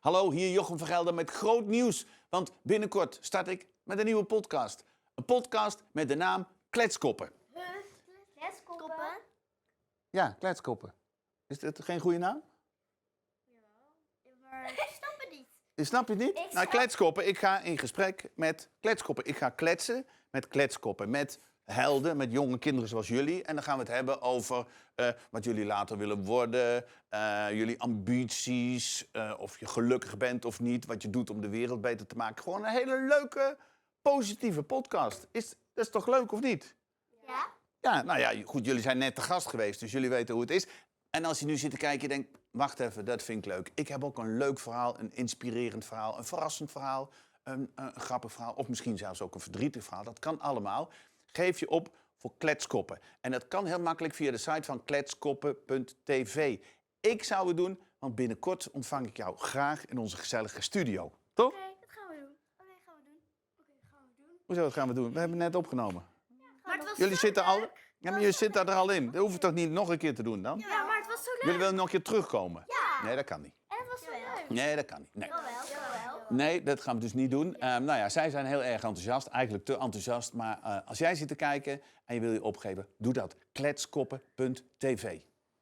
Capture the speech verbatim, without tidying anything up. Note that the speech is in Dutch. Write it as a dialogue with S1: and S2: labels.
S1: Hallo, hier Jochem van Gelder met groot nieuws. Want binnenkort start ik met een nieuwe podcast. Een podcast met de naam Kletskoppen.
S2: Huh? Kletskoppen?
S1: Ja, Kletskoppen. Is dat geen goede naam?
S2: Ja, maar ik snap het niet.
S1: Je snapt het niet?
S2: Ik
S1: Nou,
S2: snap-
S1: Kletskoppen. Ik ga in gesprek met Kletskoppen. Ik ga kletsen met Kletskoppen. Met helden, met jonge kinderen zoals jullie. En dan gaan we het hebben over uh, wat jullie later willen worden. Uh, jullie ambities. Uh, of je gelukkig bent of niet. Wat je doet om de wereld beter te maken. Gewoon een hele leuke, positieve podcast. Is, dat is toch leuk of niet?
S2: Ja?
S1: Ja, nou ja, goed, jullie zijn net te gast geweest, dus jullie weten hoe het is. En als je nu zit te kijken, je denkt, wacht even, dat vind ik leuk. Ik heb ook een leuk verhaal, een inspirerend verhaal, een verrassend verhaal, een, een grappig verhaal, of misschien zelfs ook een verdrietig verhaal. Dat kan allemaal. Geef je op voor Kletskoppen. En dat kan heel makkelijk via de site van kletskoppen punt t v. Ik zou het doen, want binnenkort ontvang ik jou graag in onze gezellige studio. Toch?
S2: Oké, dat gaan we doen. Oké, gaan we doen. Oké, gaan we doen.
S1: Hoezo, dat gaan we doen? We hebben het net opgenomen.
S2: Maar het was
S1: Jullie
S2: zo
S1: zitten al...
S2: leuk.
S1: Ja, maar jullie zitten er al in. Dat hoef je toch niet nog een keer te doen dan?
S2: Ja, maar het was zo leuk.
S1: Jullie willen nog een keer terugkomen?
S2: Ja.
S1: Nee, dat kan niet.
S2: En het was zo leuk.
S1: Nee, dat kan niet. Nee,
S2: Jawel, jawel.
S1: nee dat gaan we dus niet doen. Um, nou ja, zij zijn heel erg enthousiast. Eigenlijk te enthousiast. Maar uh, als jij zit te kijken en je wil je opgeven, doe dat. kletskoppen punt t v.